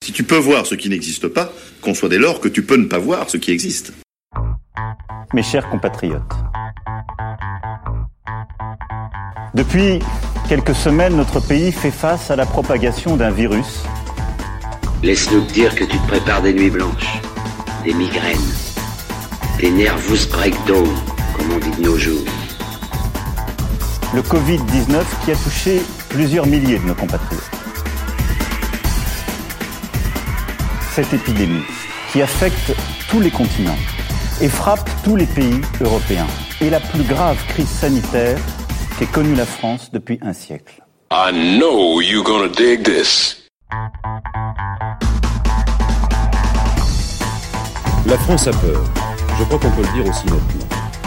Si tu peux voir ce qui n'existe pas, conçois dès lors que tu peux ne pas voir ce qui existe. Mes chers compatriotes, depuis quelques semaines, notre pays fait face à la propagation d'un virus. Laisse-nous te dire que tu te prépares des nuits blanches, des migraines, des nervous breakdown, comme on dit de nos jours. Le Covid-19 qui a touché plusieurs milliers de nos compatriotes. Cette épidémie qui affecte tous les continents et frappe tous les pays européens est la plus grave crise sanitaire qu'ait connue la France depuis un siècle. I know you're gonna dig this. La France a peur. Je crois qu'on peut le dire aussi nettement.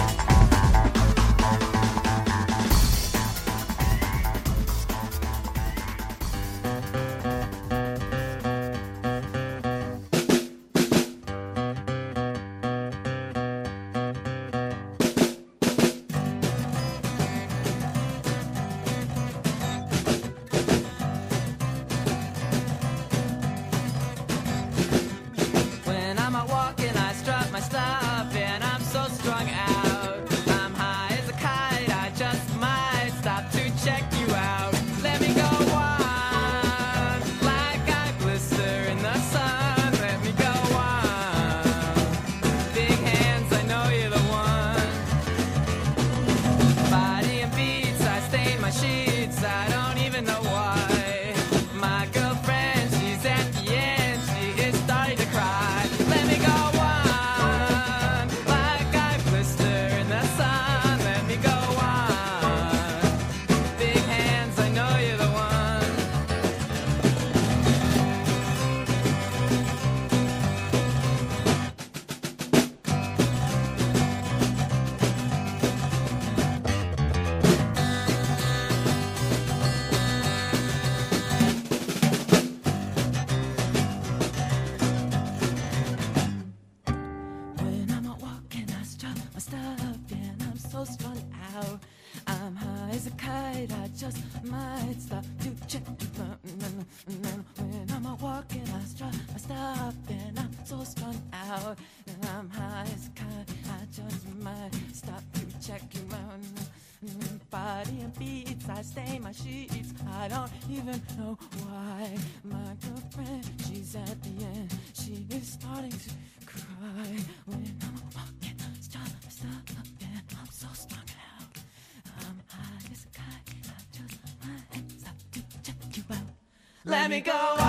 Let me go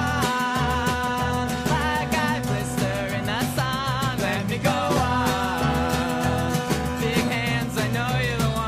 on, like I blister in the sun. Let me go on, big hands, I know you're the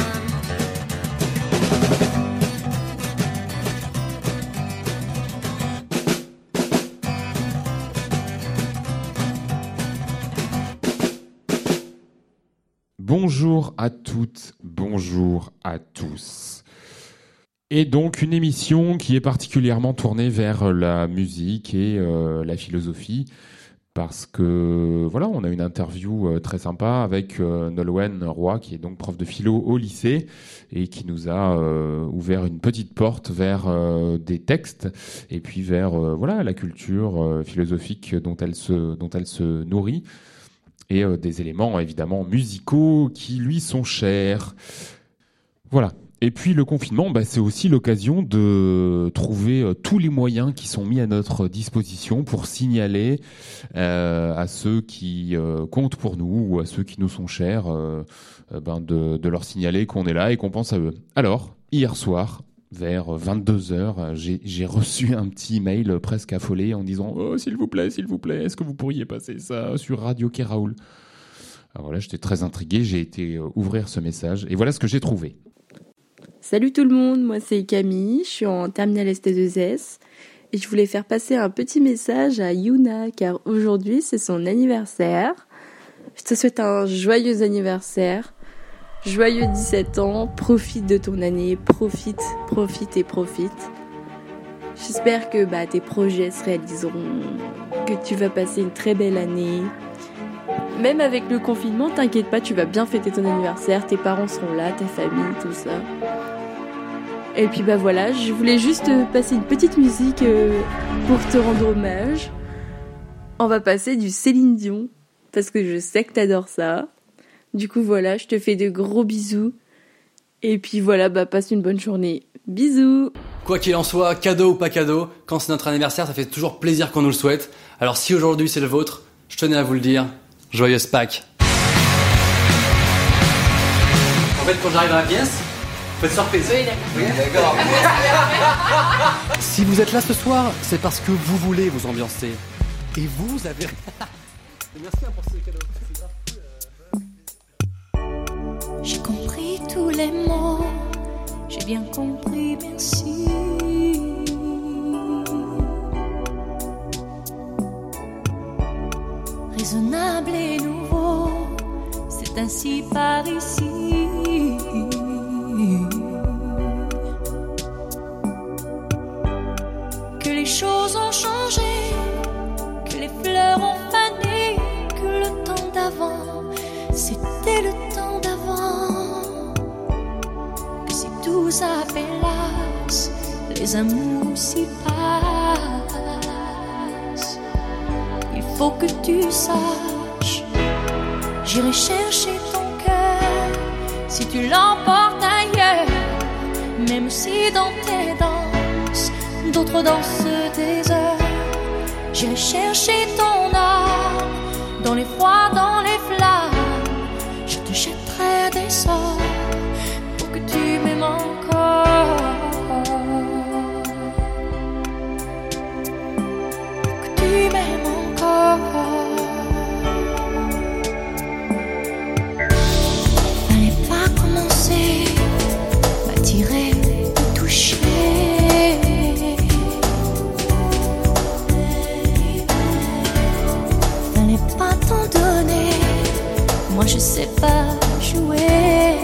one. Bonjour à toutes, bonjour à tous. Et donc une émission qui est particulièrement tournée vers la musique et la philosophie, parce que voilà, on a une interview très sympa avec Nolwenn Roy, qui est donc prof de philo au lycée et qui nous a ouvert une petite porte vers des textes et puis vers voilà la culture philosophique dont elle se nourrit et des éléments évidemment musicaux qui lui sont chers. Voilà. Et puis le confinement, c'est aussi l'occasion de trouver tous les moyens qui sont mis à notre disposition pour signaler à ceux qui comptent pour nous ou à ceux qui nous sont chers, de leur signaler qu'on est là et qu'on pense à eux. Alors, hier soir, vers 22h, j'ai reçu un petit mail presque affolé en disant « Oh, s'il vous plaît, est-ce que vous pourriez passer ça sur Radio Keraoul ?» Alors voilà, j'étais très intrigué, j'ai été ouvrir ce message et voilà ce que j'ai trouvé. Salut tout le monde, moi c'est Camille, je suis en terminale ST2S et je voulais faire passer un petit message à Yuna car aujourd'hui c'est son anniversaire. Je te souhaite un joyeux anniversaire, joyeux 17 ans, profite de ton année, profite. J'espère que tes projets se réaliseront, que tu vas passer une très belle année. Même avec le confinement, t'inquiète pas, tu vas bien fêter ton anniversaire, tes parents seront là, ta famille, tout ça. Et puis bah voilà, je voulais juste passer une petite musique pour te rendre hommage. On va passer du Céline Dion, parce que je sais que t'adores ça. Du coup voilà, je te fais de gros bisous. Et puis voilà, bah passe une bonne journée. Bisous. Quoi qu'il en soit, cadeau ou pas cadeau, quand c'est notre anniversaire, ça fait toujours plaisir qu'on nous le souhaite. Alors si aujourd'hui c'est le vôtre, je tenais à vous le dire, joyeuse Pâques. En fait, quand j'arrive dans la pièce, faites surprise. Oui, d'accord. Si vous êtes là ce soir, c'est parce que vous voulez vous ambiancer. Et vous avez... Merci pour ce cadeau. J'ai compris tous les mots, j'ai bien compris, merci. Raisonnable et nouveau, c'est ainsi par ici. Que les choses ont changé, que les fleurs ont fané, que le temps d'avant, c'était le temps d'avant. Que si tout s'appelasse, les amours s'y passent. Il faut que tu saches, j'irai chercher ton cœur si tu l'emportes ailleurs. Même si dans tes danses, d'autres dansent des heures. J'irai chercher ton âme dans les froids, dans les flammes. Je te jetterai des sorts pour que tu m'aimes encore. Pour que tu m'aimes encore. Fallait pas commencer, m'attirer, me toucher. Moi je sais pas jouer.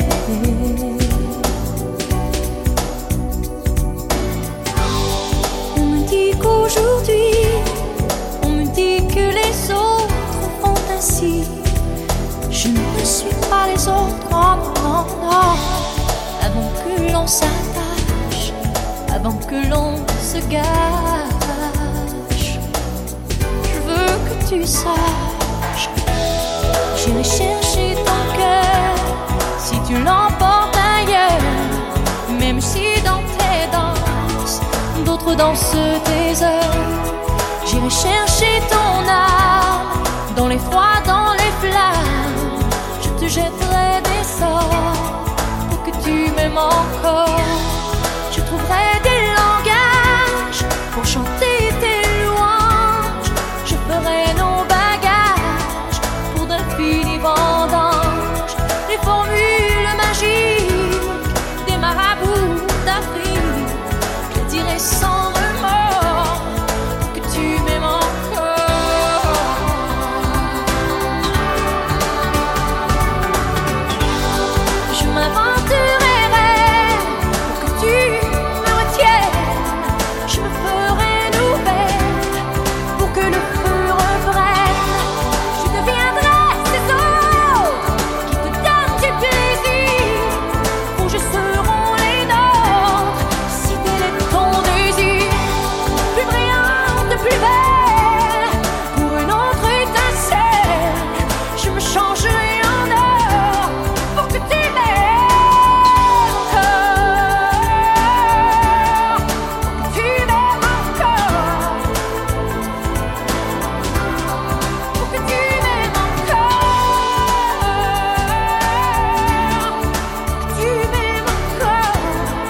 On me dit qu'aujourd'hui, on me dit que les autres font ainsi. Je ne suis pas les autres, non, non, non. Avant que l'on s'attache, avant que l'on se gâche, je veux que tu saches, j'irai chercher ton cœur si tu l'emportes ailleurs. Même si dans tes danses, d'autres dansent tes heures. J'irai chercher ton âme dans les froids, dans les flammes. Je te jetterai des sorts pour que tu m'aimes encore. Je trouverai des langages pour chanter tes louanges. Je ferai nos bagages pour d'infinis vendanges. Les formules magiques des marabouts d'Afrique, je dirai sans remords que tu m'aimes encore. Je m'aventurerai pour que tu me retiennes. Je me ferai nouvelle pour que le feu reprenne. Je deviendrai ces autres qui te donnent du plaisir. Rouges seront les nôtres si tel est ton désir. Plus brillante, plus belle, pour une autre étincelle. Je me changerai en or pour que tu m'aimes encore. Pour que tu m'aimes encore. Pour que tu m'aimes encore. Que tu m'aimes encore.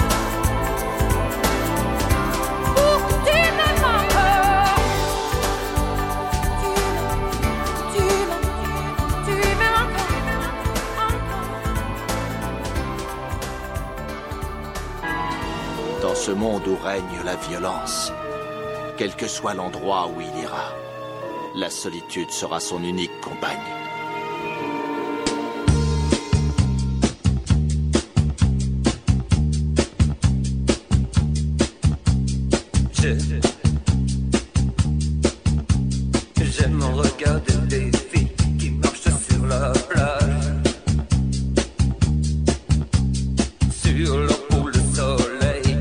Pour que tu m'aimes encore. Tu m'aimes encore. Dans ce monde où règne la violence, quel que soit l'endroit où il ira, la solitude sera son unique compagne. J'aime regarder des filles qui marchent sur la plage. Sur leur peau le soleil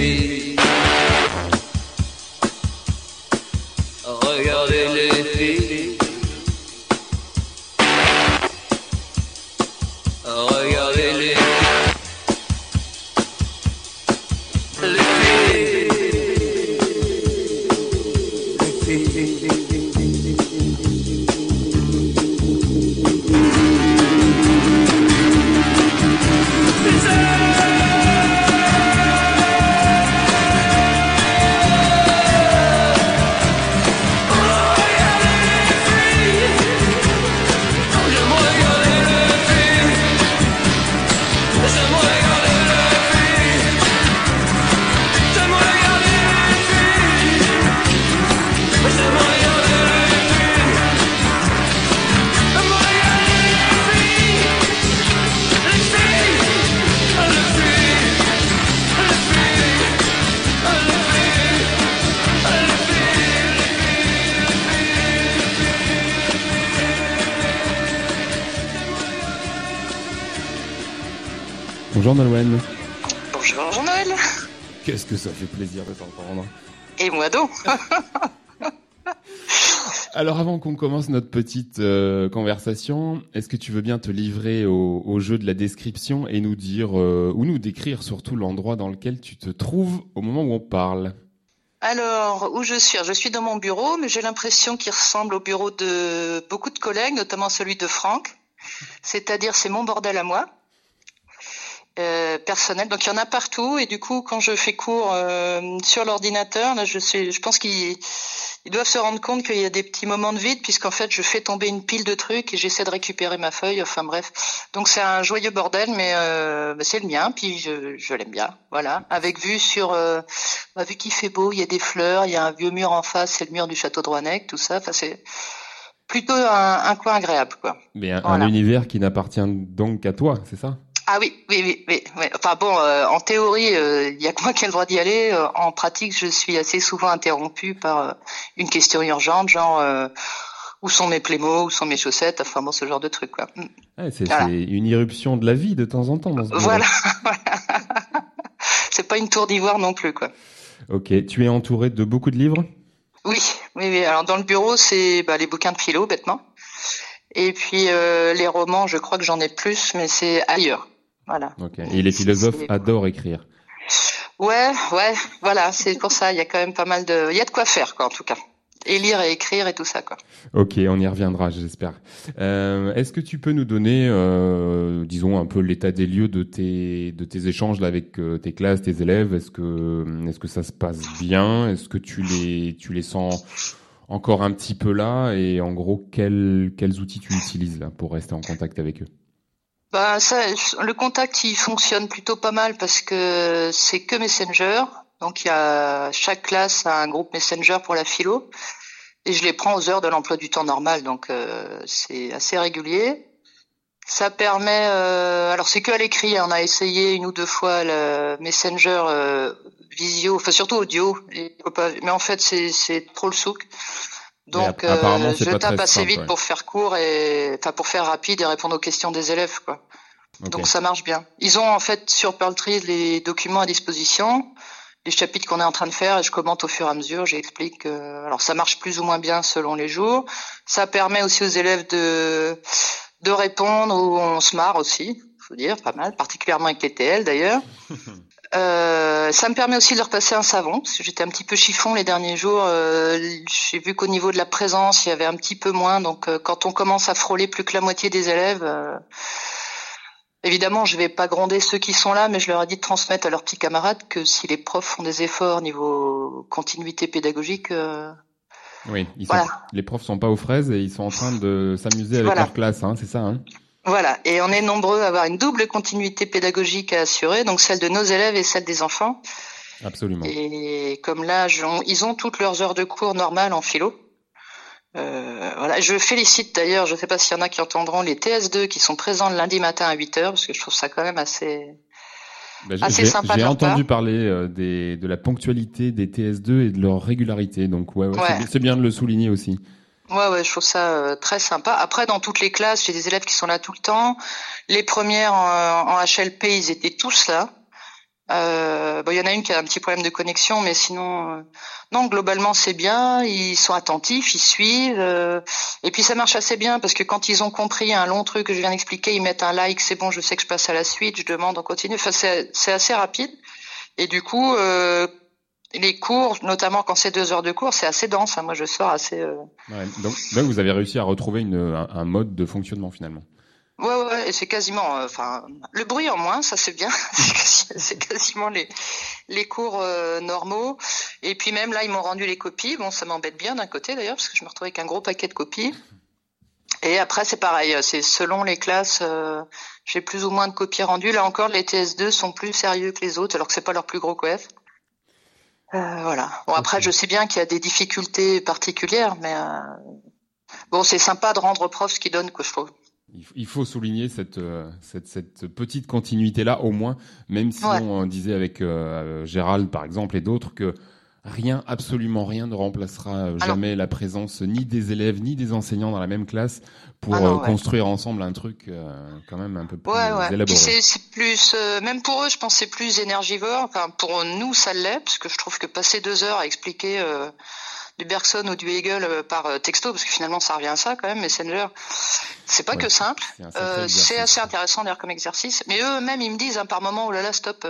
filles. Regardez les filles. Regardez les Bonjour Nolwenn. Bonjour Noël. Qu'est-ce que ça fait plaisir de t'entendre. Et moi donc. Alors avant qu'on commence notre petite conversation, est-ce que tu veux bien te livrer au jeu de la description et nous dire, ou nous décrire surtout l'endroit dans lequel tu te trouves au moment où on parle? Alors, où je suis? Je suis dans mon bureau, mais j'ai l'impression qu'il ressemble au bureau de beaucoup de collègues, notamment celui de Franck. C'est-à-dire, c'est mon bordel à moi. Personnel, donc il y en a partout, et du coup quand je fais cours sur l'ordinateur, là je pense qu'ils doivent se rendre compte qu'il y a des petits moments de vide, puisqu'en fait je fais tomber une pile de trucs et j'essaie de récupérer ma feuille, enfin bref, donc c'est un joyeux bordel, mais c'est le mien, puis je l'aime bien, voilà, avec vue sur vu qu'il fait beau, il y a des fleurs, il y a un vieux mur en face, c'est le mur du château de Rouannec, tout ça, enfin c'est plutôt un coin agréable, quoi. Mais voilà. Un univers qui n'appartient donc qu'à toi, c'est ça? Ah oui. Enfin bon, en théorie, il y a que moi qui ai le droit d'y aller. En pratique, je suis assez souvent interrompue par une question urgente, genre où sont mes Playmo, où sont mes chaussettes, enfin bon, ce genre de truc, quoi. Ouais, c'est Voilà. une irruption de la vie de temps en temps dans ce bureau. Voilà. C'est pas une tour d'ivoire non plus, quoi. Ok, tu es entouré de beaucoup de livres? Oui. Alors dans le bureau, c'est les bouquins de philo, bêtement. Et puis les romans, je crois que j'en ai plus, mais c'est ailleurs. Voilà. Ok. Et les philosophes adorent écrire. Ouais, voilà, c'est pour ça, il y a quand même pas mal il y a de quoi faire, quoi, en tout cas. Et lire et écrire et tout ça, quoi. Ok, on y reviendra, j'espère. Est-ce que tu peux nous donner, disons, un peu l'état des lieux de tes échanges là avec tes classes, tes élèves? Est-ce que ça se passe bien? Est-ce que tu les sens encore un petit peu là? Et en gros, quels outils tu utilises là pour rester en contact avec eux? Le contact, il fonctionne plutôt pas mal parce que c'est que Messenger. Donc chaque classe a un groupe Messenger pour la philo. Et je les prends aux heures de l'emploi du temps normal, donc c'est assez régulier. Ça permet, alors c'est que à l'écrit, on a essayé une ou deux fois le Messenger visio, enfin surtout audio, mais en fait c'est trop le souk. Donc je tape assez vite pour faire court pour faire rapide et répondre aux questions des élèves, quoi. Okay. Donc ça marche bien. Ils ont en fait sur Pearltree les documents à disposition, les chapitres qu'on est en train de faire, et je commente au fur et à mesure, j'explique. Alors ça marche plus ou moins bien selon les jours. Ça permet aussi aux élèves de répondre, ou on se marre aussi, faut dire, pas mal, particulièrement avec les TL d'ailleurs. Ça me permet aussi de leur passer un savon, parce que j'étais un petit peu chiffon les derniers jours. J'ai vu qu'au niveau de la présence, il y avait un petit peu moins. Donc, quand on commence à frôler plus que la moitié des élèves, évidemment, je vais pas gronder ceux qui sont là, mais je leur ai dit de transmettre à leurs petits camarades que si les profs font des efforts niveau continuité pédagogique, oui, les profs sont pas aux fraises et ils sont en train de s'amuser avec leur classe, hein, c'est ça, hein? Voilà, et on est nombreux à avoir une double continuité pédagogique à assurer, donc celle de nos élèves et celle des enfants. Absolument. Et comme là, ils ont toutes leurs heures de cours normales en philo. Voilà, je félicite d'ailleurs, je ne sais pas s'il y en a qui entendront, les TS2 qui sont présents le lundi matin à 8h, parce que je trouve ça quand même assez sympa de J'ai leur entendu part. parler de la ponctualité des TS2 et de leur régularité, donc ouais. C'est bien de le souligner aussi. Ouais, je trouve ça très sympa. Après, dans toutes les classes, j'ai des élèves qui sont là tout le temps. Les premières en HLP, ils étaient tous là. Il y en a une qui a un petit problème de connexion, mais sinon, non, globalement c'est bien. Ils sont attentifs, ils suivent, et puis ça marche assez bien parce que quand ils ont compris un long truc que je viens d'expliquer, ils mettent un like, c'est bon, je sais que je passe à la suite, je demande, on continue. Enfin, c'est assez rapide. Et du coup, les cours, notamment quand c'est 2 heures de cours, c'est assez dense. Moi, je sors assez. Ouais, donc là, vous avez réussi à retrouver un mode de fonctionnement finalement. Ouais, et c'est quasiment, le bruit en moins, ça c'est bien. C'est quasiment les cours normaux. Et puis même là, ils m'ont rendu les copies. Bon, ça m'embête bien d'un côté d'ailleurs, parce que je me retrouvais avec un gros paquet de copies. Et après, c'est pareil, c'est selon les classes, j'ai plus ou moins de copies rendues. Là encore, les TS2 sont plus sérieux que les autres, alors que c'est pas leur plus gros coef. Voilà. Bon, après, je sais bien qu'il y a des difficultés particulières, mais bon, c'est sympa de rendre aux profs ce qu'ils donnent, quoi, je trouve. Il faut souligner cette petite continuité-là, au moins, même si on disait avec Gérald, par exemple, et d'autres, que absolument rien ne remplacera jamais la présence ni des élèves, ni des enseignants dans la même classe pour construire ensemble un truc quand même un peu plus élaboré. Puis c'est plus, même pour eux, je pense que c'est plus énergivore. Enfin, pour nous, ça l'est, parce que je trouve que passer 2 heures à expliquer du Bergson ou du Hegel par texto, parce que finalement ça revient à ça quand même, Messenger, c'est pas que simple. C'est assez intéressant d'ailleurs comme exercice. Mais eux-mêmes, ils me disent par moment, oh là là, stop.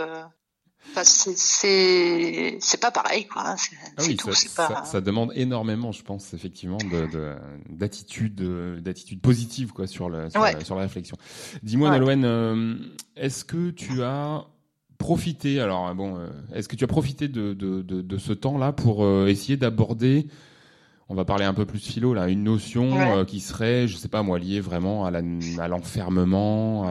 C'est pas pareil, quoi. Ça demande énormément, je pense, effectivement, d'attitude positive, quoi, sur la réflexion. Dis-moi, Nolwenn, est-ce que tu as profité, de ce temps-là pour essayer d'aborder, on va parler un peu plus philo là, une notion qui serait, je sais pas moi, liée vraiment à l'enfermement,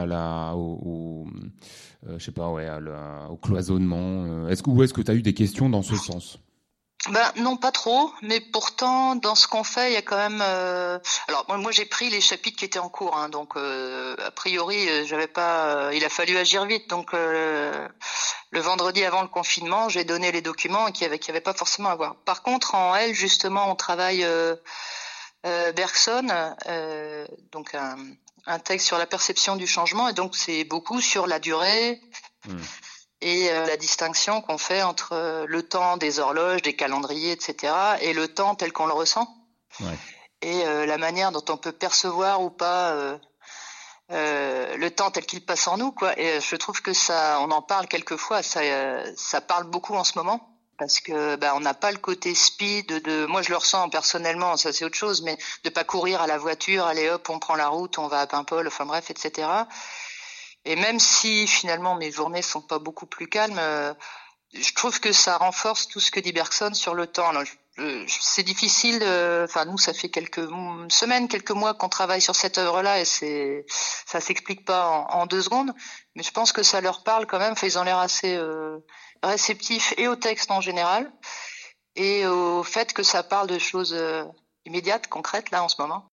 au cloisonnement. Est-ce que tu as eu des questions dans ce sens? Non, pas trop, mais pourtant dans ce qu'on fait, il y a quand même. Alors moi j'ai pris les chapitres qui étaient en cours, donc a priori j'avais pas. Il a fallu agir vite, donc le vendredi avant le confinement, j'ai donné les documents qui avait pas forcément à voir. Par contre, en L justement, on travaille Bergson, donc un texte sur la perception du changement, et donc c'est beaucoup sur la durée. Et la distinction qu'on fait entre le temps des horloges, des calendriers, etc., et le temps tel qu'on le ressent. Et la manière dont on peut percevoir ou pas le temps tel qu'il passe en nous, quoi. Et je trouve que ça, on en parle quelquefois, ça parle beaucoup en ce moment. Parce que on n'a pas le côté speed moi je le ressens personnellement, ça c'est autre chose, mais de pas courir à la voiture, allez hop, on prend la route, on va à Paimpol, enfin bref, etc. Et même si finalement mes journées sont pas beaucoup plus calmes, je trouve que ça renforce tout ce que dit Bergson sur le temps. Alors, c'est difficile, nous ça fait quelques semaines, quelques mois qu'on travaille sur cette œuvre-là et ça s'explique pas en 2 secondes, mais je pense que ça leur parle quand même. Ils ont l'air assez réceptifs et au texte en général et au fait que ça parle de choses immédiates, concrètes là en ce moment.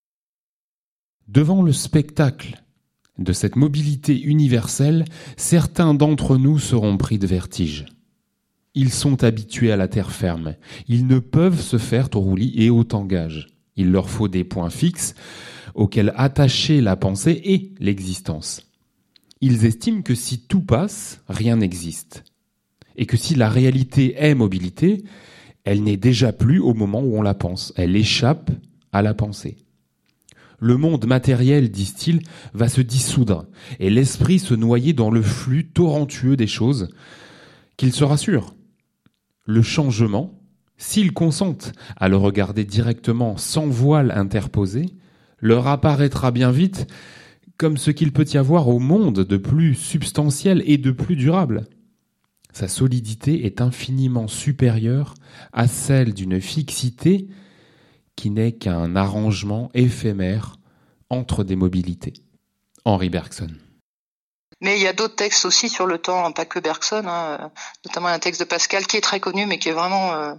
Devant le spectacle de cette mobilité universelle, certains d'entre nous seront pris de vertige. Ils sont habitués à la terre ferme. Ils ne peuvent se faire au roulis et au tangage. Il leur faut des points fixes auxquels attacher la pensée et l'existence. Ils estiment que si tout passe, rien n'existe. Et que si la réalité est mobilité, elle n'est déjà plus au moment où on la pense. Elle échappe à la pensée. Le monde matériel, disent-ils, va se dissoudre et l'esprit se noyer dans le flux torrentueux des choses, qu'ils se rassurent. Le changement, s'ils consentent à le regarder directement sans voile interposé, leur apparaîtra bien vite comme ce qu'il peut y avoir au monde de plus substantiel et de plus durable. Sa solidité est infiniment supérieure à celle d'une fixité qui n'est qu'un arrangement éphémère entre des mobilités. Henri Bergson. Mais il y a d'autres textes aussi sur le temps, pas que Bergson, notamment un texte de Pascal qui est très connu, mais qui est vraiment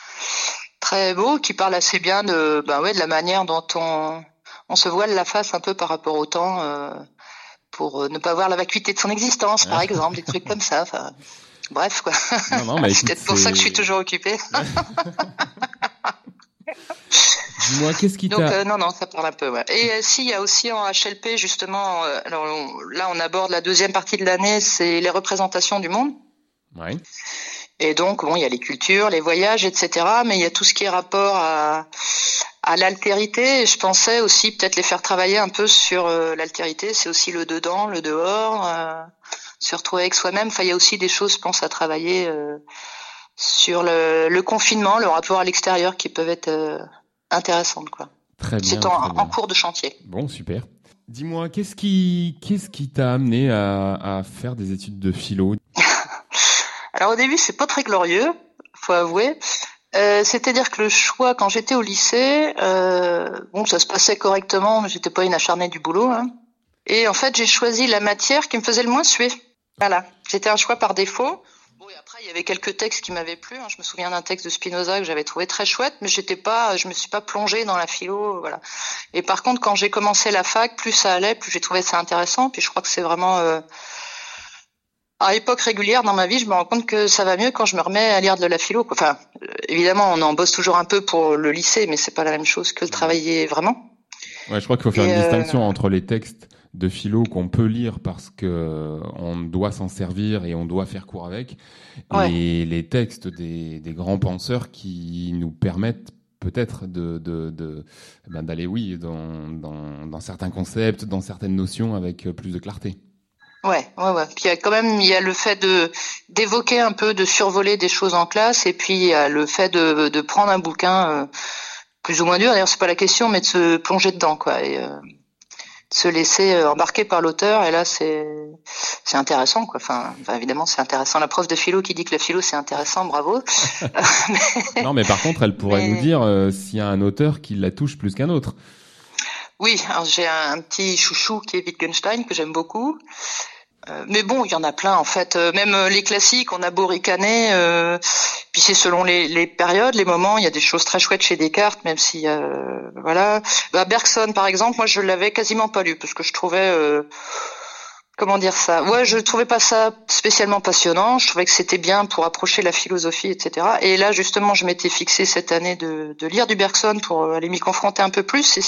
très beau, qui parle assez bien de la manière dont on se voile la face un peu par rapport au temps, pour ne pas voir la vacuité de son existence, par exemple, des trucs comme ça. Bref, quoi. Non, mais c'est peut-être pour ça que je suis toujours occupé. Dis-moi, qu'est-ce qui Donc t'a... non, ça parle un peu. Ouais. Et si, il y a aussi en HLP justement. Alors là, on aborde la deuxième partie de l'année, c'est les représentations du monde. Ouais. Et donc bon, il y a les cultures, les voyages, etc. Mais il y a tout ce qui est rapport à l'altérité. Et je pensais aussi peut-être les faire travailler un peu sur l'altérité. C'est aussi le dedans, le dehors, se retrouver avec soi-même. Enfin, il y a aussi des choses, je pense, à travailler sur le confinement, le rapport à l'extérieur, qui peuvent être intéressantes, quoi. Très bien. C'est en cours de chantier. Bon, super. Dis-moi, qu'est-ce qui t'a amené à faire des études de philo? Alors au début, c'est pas très glorieux, faut avouer. C'est-à-dire que le choix, quand j'étais au lycée, ça se passait correctement, mais j'étais pas une acharnée du boulot. Hein. Et en fait, j'ai choisi la matière qui me faisait le moins suer. Voilà, c'était un choix par défaut. Bon, et après, il y avait quelques textes qui m'avaient plu. Hein. Je me souviens d'un texte de Spinoza que j'avais trouvé très chouette, mais je me suis pas plongée dans la philo, voilà. Et par contre, quand j'ai commencé la fac, plus ça allait, plus j'ai trouvé ça intéressant. Puis je crois que c'est vraiment à époque régulière dans ma vie, je me rends compte que ça va mieux quand je me remets à lire de la philo. Enfin, évidemment, on en bosse toujours un peu pour le lycée, mais c'est pas la même chose que le travailler vraiment. Ouais, je crois qu'il faut faire une distinction entre les textes de philo qu'on peut lire parce que on doit s'en servir et on doit faire cours avec, et les textes des grands penseurs qui nous permettent peut-être d'aller dans certains concepts, dans certaines notions avec plus de clarté. Ouais. Puis il y a le fait d'évoquer un peu, de survoler des choses en classe, et puis il y a le fait de prendre un bouquin plus ou moins dur. D'ailleurs, c'est pas la question, mais de se plonger dedans, quoi, et de se laisser embarquer par l'auteur. Et là, c'est intéressant, quoi. Enfin, évidemment, c'est intéressant. La prof de philo qui dit que la philo c'est intéressant, bravo. Non, mais par contre, elle pourrait nous dire s'il y a un auteur qui la touche plus qu'un autre. Oui, alors j'ai un petit chouchou qui est Wittgenstein, que j'aime beaucoup. Mais bon, il y en a plein en fait. Même les classiques, on a beau ricaner, puis c'est selon les périodes, les moments. Il y a des choses très chouettes chez Descartes, même si voilà. Bergson par exemple, moi je l'avais quasiment pas lu parce que je trouvais comment dire ça. Ouais, je trouvais pas ça spécialement passionnant. Je trouvais que c'était bien pour approcher la philosophie, etc. Et là justement, je m'étais fixé cette année de lire du Bergson pour aller m'y confronter un peu plus, et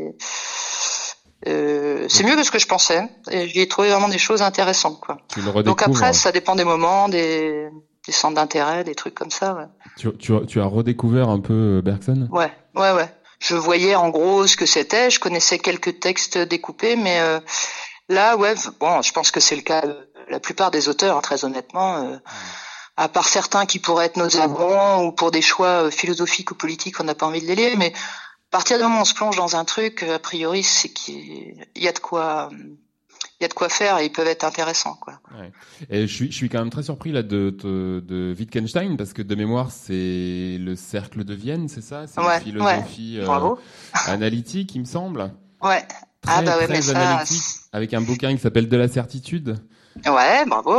c'est mieux que ce que je pensais. Et j'y ai trouvé vraiment des choses intéressantes, quoi. Donc après, ça dépend des moments, des centres d'intérêt, des trucs comme ça. Ouais. Tu as redécouvert un peu Bergson? Ouais. Je voyais en gros ce que c'était. Je connaissais quelques textes découpés, mais là, je pense que c'est le cas de la plupart des auteurs, hein, très honnêtement. À part certains qui pourraient être nauséabonds ou pour des choix philosophiques ou politiques, on n'a pas envie de les lire, mais à partir du moment où on se plonge dans un truc, a priori, c'est qu'il y a de quoi faire, et ils peuvent être intéressants, quoi. Ouais. Et je suis quand même très surpris là de Wittgenstein, parce que de mémoire, c'est le cercle de Vienne, c'est ça? C'est une philosophie analytique, il me semble. Ouais. Très analytique, avec un bouquin qui s'appelle De la certitude. Ouais, bravo.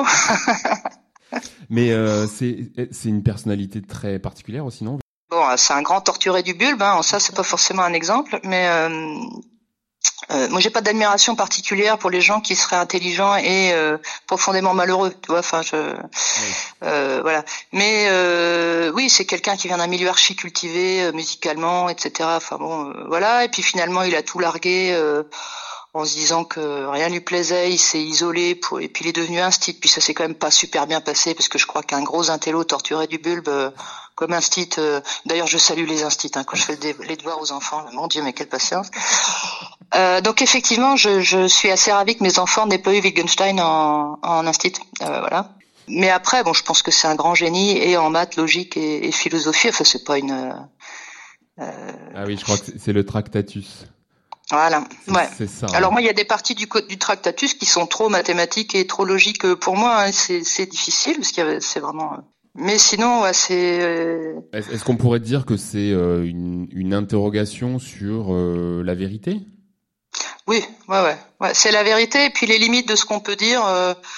Mais c'est une personnalité très particulière aussi, non? Bon, c'est un grand torturé du bulbe, hein. Ça c'est pas forcément un exemple, mais moi j'ai pas d'admiration particulière pour les gens qui seraient intelligents et profondément malheureux, tu vois. Enfin, voilà. Mais oui, c'est quelqu'un qui vient d'un milieu archi cultivé musicalement, etc. Enfin bon, voilà. Et puis finalement, il a tout largué en se disant que rien lui plaisait, il s'est isolé et puis il est devenu instit. Puis ça s'est quand même pas super bien passé, parce que je crois qu'un gros intello torturé du bulbe comme instit, d'ailleurs je salue les instits, hein, quand je fais les devoirs aux enfants, mon Dieu, mais quelle patience. Donc effectivement, je suis assez ravie que mes enfants n'aient pas eu Wittgenstein en instit, voilà. Mais après, bon, je pense que c'est un grand génie, et en maths, logique et philosophie. Enfin, c'est pas une. Ah oui, je crois que c'est le Tractatus. Voilà, ouais. C'est ça. Alors moi, il y a des parties du Tractatus qui sont trop mathématiques et trop logiques pour moi. Hein. C'est difficile parce que c'est vraiment. Mais sinon, ouais, c'est. Est-ce qu'on pourrait dire que c'est une interrogation sur la vérité? Oui, ouais. C'est la vérité, et puis les limites de ce qu'on peut dire.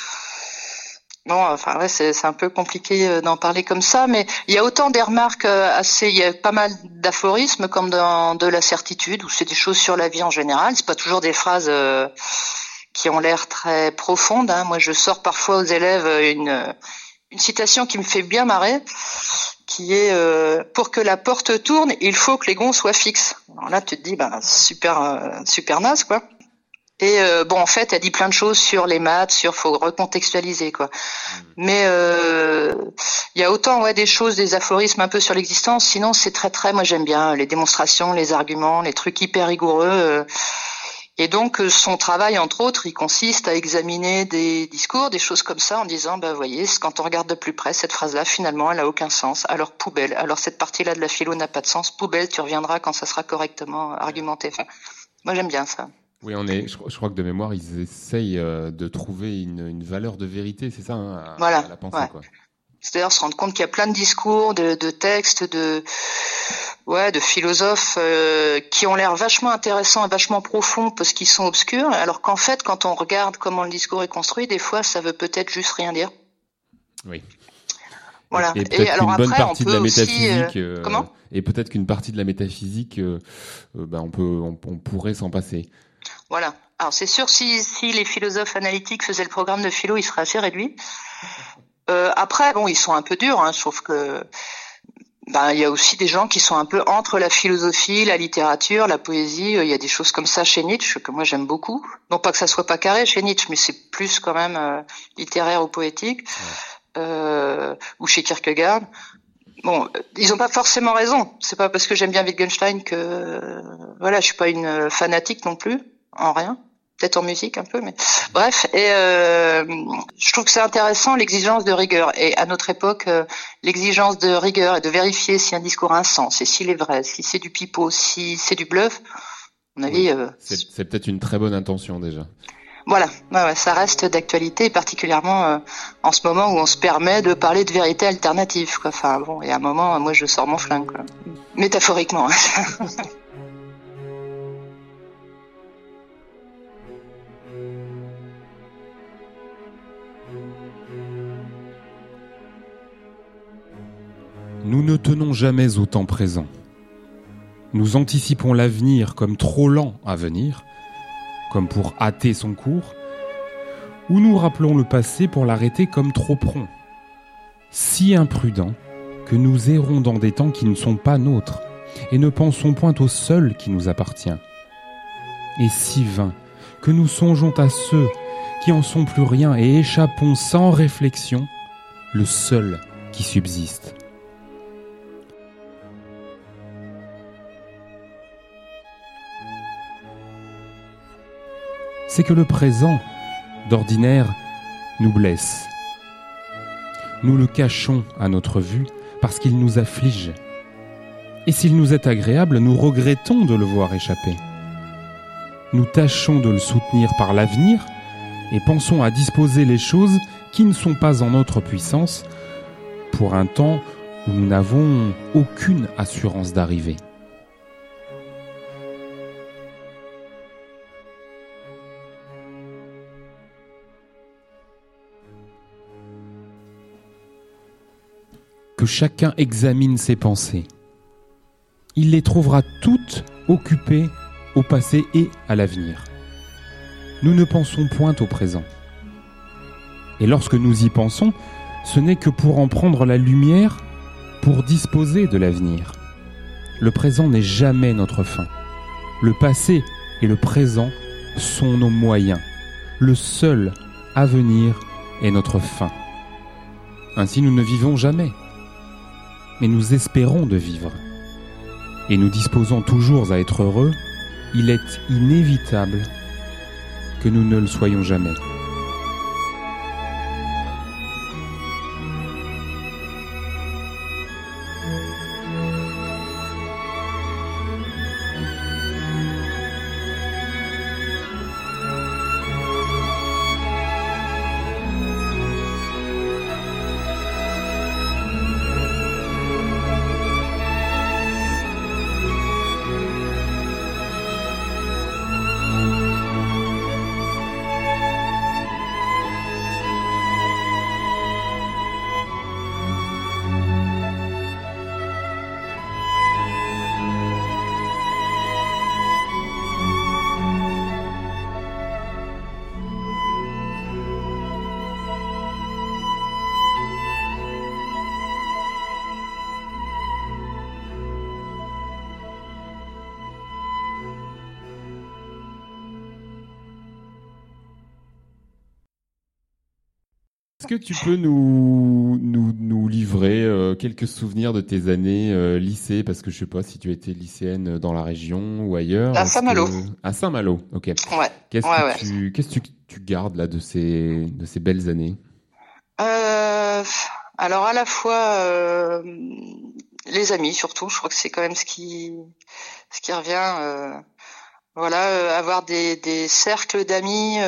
Bon, enfin ouais, c'est un peu compliqué d'en parler comme ça, mais il y a autant des remarques il y a pas mal d'aphorismes comme dans De la certitude, où c'est des choses sur la vie en général. C'est pas toujours des phrases qui ont l'air très profondes. Hein. Moi, je sors parfois aux élèves une citation qui me fait bien marrer, qui est pour que la porte tourne, il faut que les gonds soient fixes. Alors là, tu te dis, super naze, quoi. Et en fait, elle dit plein de choses sur les maths, faut recontextualiser, quoi. Mais il y a autant des choses, des aphorismes un peu sur l'existence. Sinon, c'est très, moi j'aime bien les démonstrations, les arguments, les trucs hyper rigoureux. Et donc, son travail, entre autres, il consiste à examiner des discours, des choses comme ça, en disant, voyez, quand on regarde de plus près, cette phrase-là, finalement, elle a aucun sens. Alors, poubelle. Alors, cette partie-là de la philo n'a pas de sens. Poubelle, tu reviendras quand ça sera correctement argumenté. Enfin, moi, j'aime bien ça. Oui, je crois que de mémoire, ils essayent de trouver une valeur de vérité, c'est ça, à la pensée, quoi. C'est-à-dire se rendre compte qu'il y a plein de discours, de textes, de philosophes qui ont l'air vachement intéressants et vachement profonds parce qu'ils sont obscurs, alors qu'en fait, quand on regarde comment le discours est construit, des fois, ça veut peut-être juste rien dire. Oui. Voilà. Et peut-être qu'une bonne partie de la métaphysique, comment ? Et peut-être qu'une partie de la métaphysique, on pourrait s'en passer. Voilà. Alors c'est sûr, si les philosophes analytiques faisaient le programme de philo, il serait assez réduit. Après, ils sont un peu durs, hein, sauf que il y a aussi des gens qui sont un peu entre la philosophie, la littérature, la poésie. Il y a des choses comme ça chez Nietzsche que moi j'aime beaucoup. Non pas que ça soit pas carré chez Nietzsche, mais c'est plus quand même littéraire ou poétique, ou chez Kierkegaard. Bon, ils ont pas forcément raison. C'est pas parce que j'aime bien Wittgenstein que je suis pas une fanatique non plus, en rien. Peut-être en musique un peu, mais bref. Et je trouve que c'est intéressant l'exigence de rigueur. Et à notre époque, l'exigence de rigueur et de vérifier si un discours a un sens, et s'il est vrai, si c'est du pipeau, si c'est du bluff. À mon avis, c'est peut-être une très bonne intention déjà. Voilà, ça reste d'actualité, et particulièrement en ce moment où on se permet de parler de vérité alternative, quoi. Enfin bon, et à un moment, moi je sors mon flingue, quoi. Métaphoriquement. Nous ne tenons jamais au temps présent. Nous anticipons l'avenir comme trop lent à venir, comme pour hâter son cours, ou nous rappelons le passé pour l'arrêter comme trop prompt, si imprudent que nous errons dans des temps qui ne sont pas nôtres, et ne pensons point au seul qui nous appartient, et si vain que nous songeons à ceux qui en sont plus rien et échappons sans réflexion le seul qui subsiste. C'est que le présent, d'ordinaire, nous blesse. Nous le cachons à notre vue parce qu'il nous afflige. Et s'il nous est agréable, nous regrettons de le voir échapper. Nous tâchons de le soutenir par l'avenir et pensons à disposer les choses qui ne sont pas en notre puissance pour un temps où nous n'avons aucune assurance d'arriver. Que chacun examine ses pensées. Il les trouvera toutes occupées au passé et à l'avenir. Nous ne pensons point au présent. Et lorsque nous y pensons, ce n'est que pour en prendre la lumière, pour disposer de l'avenir. Le présent n'est jamais notre fin. Le passé et le présent sont nos moyens. Le seul avenir est notre fin. Ainsi nous ne vivons jamais. Mais nous espérons de vivre. Et nous disposons toujours à être heureux, il est inévitable que nous ne le soyons jamais. que tu peux nous livrer quelques souvenirs de tes années lycée, parce que je sais pas si tu étais lycéenne dans la région ou ailleurs. À Saint-Malo. À Saint-Malo, ok. Ouais. Qu'est-ce que tu gardes là de ces belles années? Alors à la fois les amis surtout, je crois que c'est quand même ce qui revient. Avoir des cercles d'amis,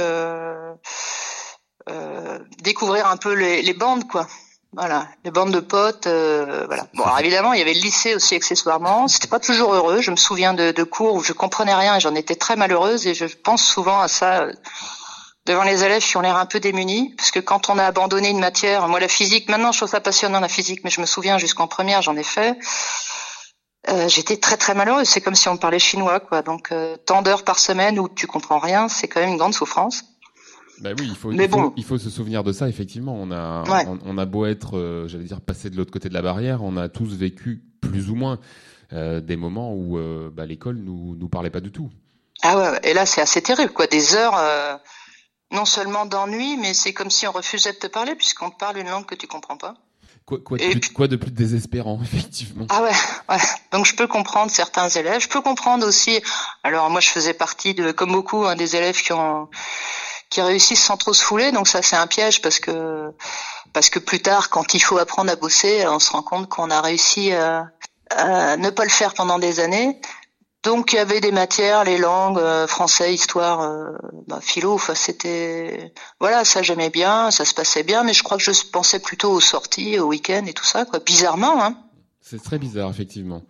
découvrir un peu les bandes quoi. Voilà, les bandes de potes. Voilà. Bon, alors évidemment, il y avait le lycée aussi accessoirement. C'était pas toujours heureux. Je me souviens de cours où je comprenais rien et j'en étais très malheureuse. Et je pense souvent à ça devant les élèves qui ont l'air un peu démunis, parce que quand on a abandonné une matière, moi la physique, maintenant je trouve ça passionnant la physique, mais je me souviens jusqu'en première, j'en ai fait. J'étais très très malheureuse. C'est comme si on me parlait chinois, quoi. Donc tant d'heures par semaine où tu comprends rien, c'est quand même une grande souffrance. Bah oui, il faut se souvenir de ça. Effectivement, on a beau être, j'allais dire, passé de l'autre côté de la barrière, on a tous vécu plus ou moins des moments où l'école nous parlait pas du tout. Ah ouais, et là c'est assez terrible, quoi. Des heures, non seulement d'ennui, mais c'est comme si on refusait de te parler puisqu'on te parle une langue que tu comprends pas. Quoi de plus désespérant, effectivement. Ah ouais. Donc je peux comprendre certains élèves. Je peux comprendre aussi. Alors moi je faisais partie comme beaucoup, des élèves qui réussissent sans trop se fouler. Donc ça c'est un piège parce que plus tard, quand il faut apprendre à bosser, on se rend compte qu'on a réussi à ne pas le faire pendant des années. Donc il y avait des matières, les langues, français, histoire, philo, c'était ça j'aimais bien, ça se passait bien, mais je crois que je pensais plutôt aux sorties, aux week-ends et tout ça, quoi. Bizarrement, hein. C'est très bizarre, effectivement.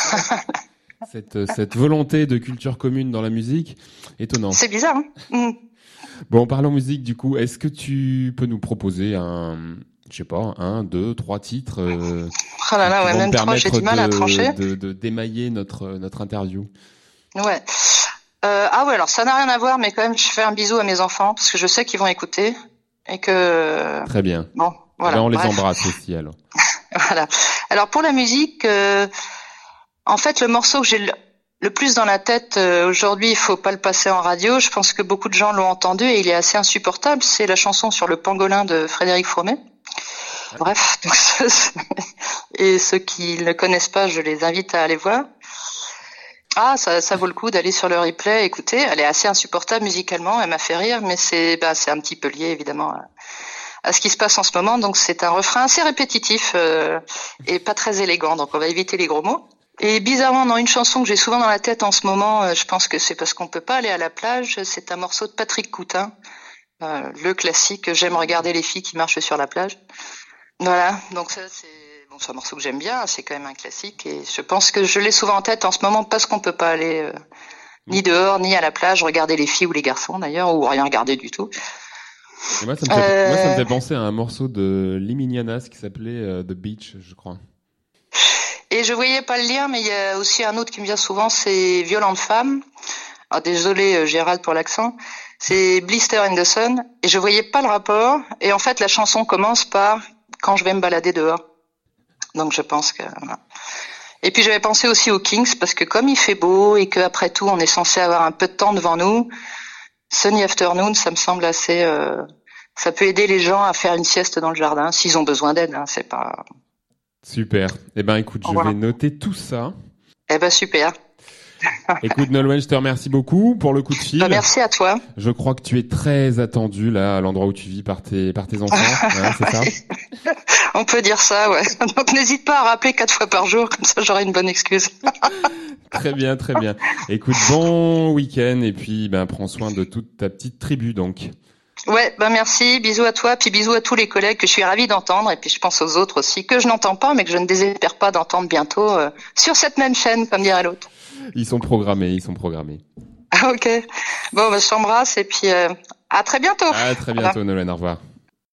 cette volonté de culture commune dans la musique, étonnant. C'est bizarre, hein. Bon, parlons musique du coup. Est-ce que tu peux nous proposer un 2, 3 titres Oh là là, même 3, j'ai du mal à trancher. De démailler notre interview. Ouais. Alors ça n'a rien à voir, mais quand même, je fais un bisou à mes enfants parce que je sais qu'ils vont écouter et que. Très bien. Bon, voilà. Là, on les embrasse aussi alors. Voilà. Alors pour la musique, en fait, le morceau que j'ai le plus dans la tête aujourd'hui, il faut pas le passer en radio. Je pense que beaucoup de gens l'ont entendu et il est assez insupportable. C'est la chanson sur le pangolin de Frédéric Fromet. Bref, et ceux qui ne le connaissent pas, je les invite à aller voir. Ça vaut le coup d'aller sur le replay, écouter. Elle est assez insupportable musicalement, elle m'a fait rire, mais c'est un petit peu lié évidemment à ce qui se passe en ce moment. Donc c'est un refrain assez répétitif et pas très élégant, donc on va éviter les gros mots. Et bizarrement, dans une chanson que j'ai souvent dans la tête en ce moment, je pense que c'est parce qu'on peut pas aller à la plage, c'est un morceau de Patrick Coutin, le classique « J'aime regarder les filles qui marchent sur la plage ». Voilà, donc ça c'est un morceau que j'aime bien, c'est quand même un classique et je pense que je l'ai souvent en tête en ce moment parce qu'on peut pas aller ni dehors ni à la plage regarder les filles ou les garçons d'ailleurs, ou rien regarder du tout. Et moi ça me fait penser à un morceau de Liminianas qui s'appelait The Beach, je crois. Et je voyais pas le lien, mais il y a aussi un autre qui me vient souvent, c'est Violente Femme. Alors désolé Gérald pour l'accent. C'est Blister in the Sun et je voyais pas le rapport et en fait la chanson commence par quand je vais me balader dehors. Donc je pense que voilà. Et puis j'avais pensé aussi aux Kings parce que comme il fait beau et qu'après tout on est censé avoir un peu de temps devant nous, Sunny Afternoon, ça me semble assez ça peut aider les gens à faire une sieste dans le jardin s'ils ont besoin d'aide, hein, c'est pas super. Eh ben écoute, je vais noter tout ça. Eh ben super. Écoute Nolwenn, je te remercie beaucoup pour le coup de fil. Merci à toi. Je crois que tu es très attendu là à l'endroit où tu vis par tes enfants, c'est ça? On peut dire ça, ouais. Donc n'hésite pas à rappeler 4 fois par jour, comme ça j'aurai une bonne excuse. Très bien, très bien. Écoute, bon week-end et puis prends soin de toute ta petite tribu donc. Ouais, merci, bisous à toi, puis bisous à tous les collègues que je suis ravie d'entendre, et puis je pense aux autres aussi que je n'entends pas, mais que je ne désespère pas d'entendre bientôt sur cette même chaîne, comme dirait l'autre. Ils sont programmés. Ok. Bon, je t'embrasse, et puis à très bientôt. À très bientôt, Nolwenn, au revoir.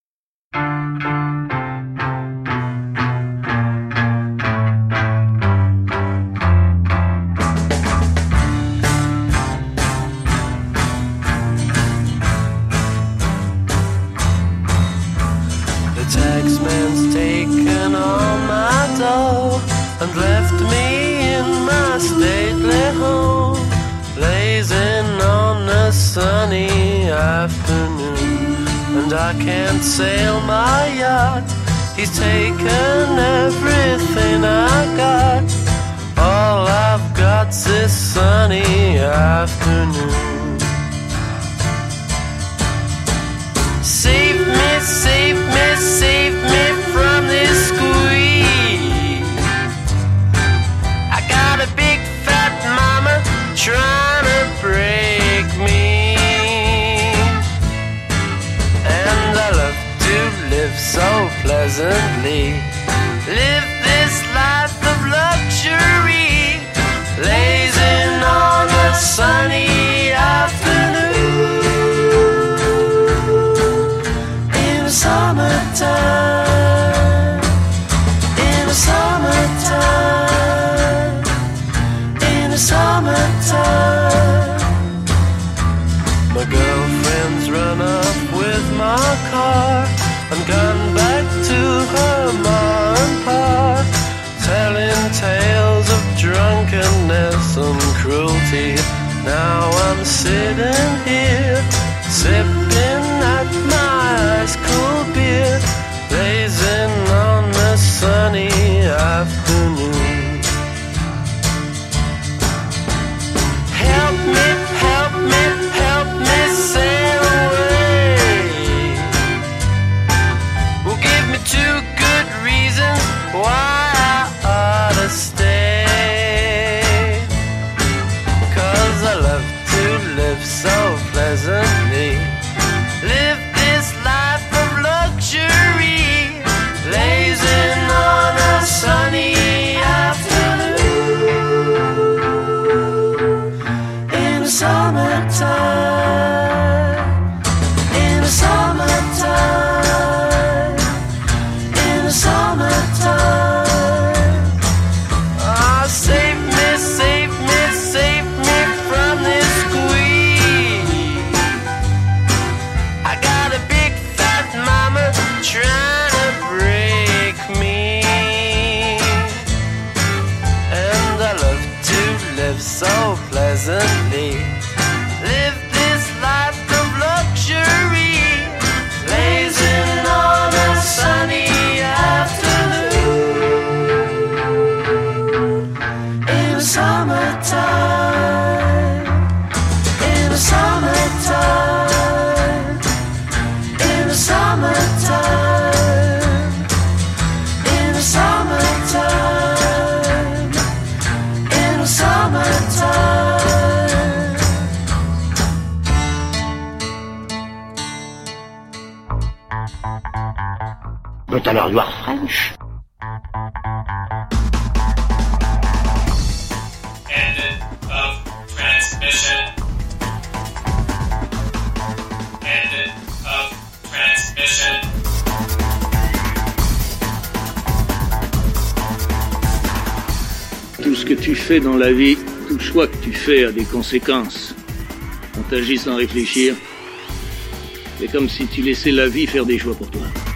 Taxman's taken all my dough and left me in my stately home, blazing on a sunny afternoon. And and I can't sail my yacht. He's taken everything I got. All I've got's this sunny afternoon. Save me, save me, save me from this squeeze. I got a big fat mama trying to break me, and I love to live so pleasantly. Live this life of luxury, lazing on a sunny afternoon. In the summertime, in the summertime, in the summertime. My girlfriend's run off with my car and gone back to her ma and pa, telling tales of drunkenness and cruelty. Now I'm sitting here, sipping at my ice cold beer, blazing on the sunny afternoon. Help me, help me, help me sail away. Well, give me 2 good reasons why I ought to stay. 'Cause I love to live so pleasantly. Live this life of luxury, lazing on a sunny afternoon. In the summertime, in the summertime, in the summertime. Ah, save me, save me, save me from this squeeze. I got a big fat mama trying to break me, and I love to live so pleasantly. Live this life of luxury, lazing on a sunny afternoon. In the summertime, in the summertime, in the summertime, in the summertime, in the summertime. But alors you are French. End of transmission. End of transmission. Tout ce que tu fais dans la vie, tout choix que tu fais a des conséquences. On t'agit sans réfléchir. C'est comme si tu laissais la vie faire des choix pour toi.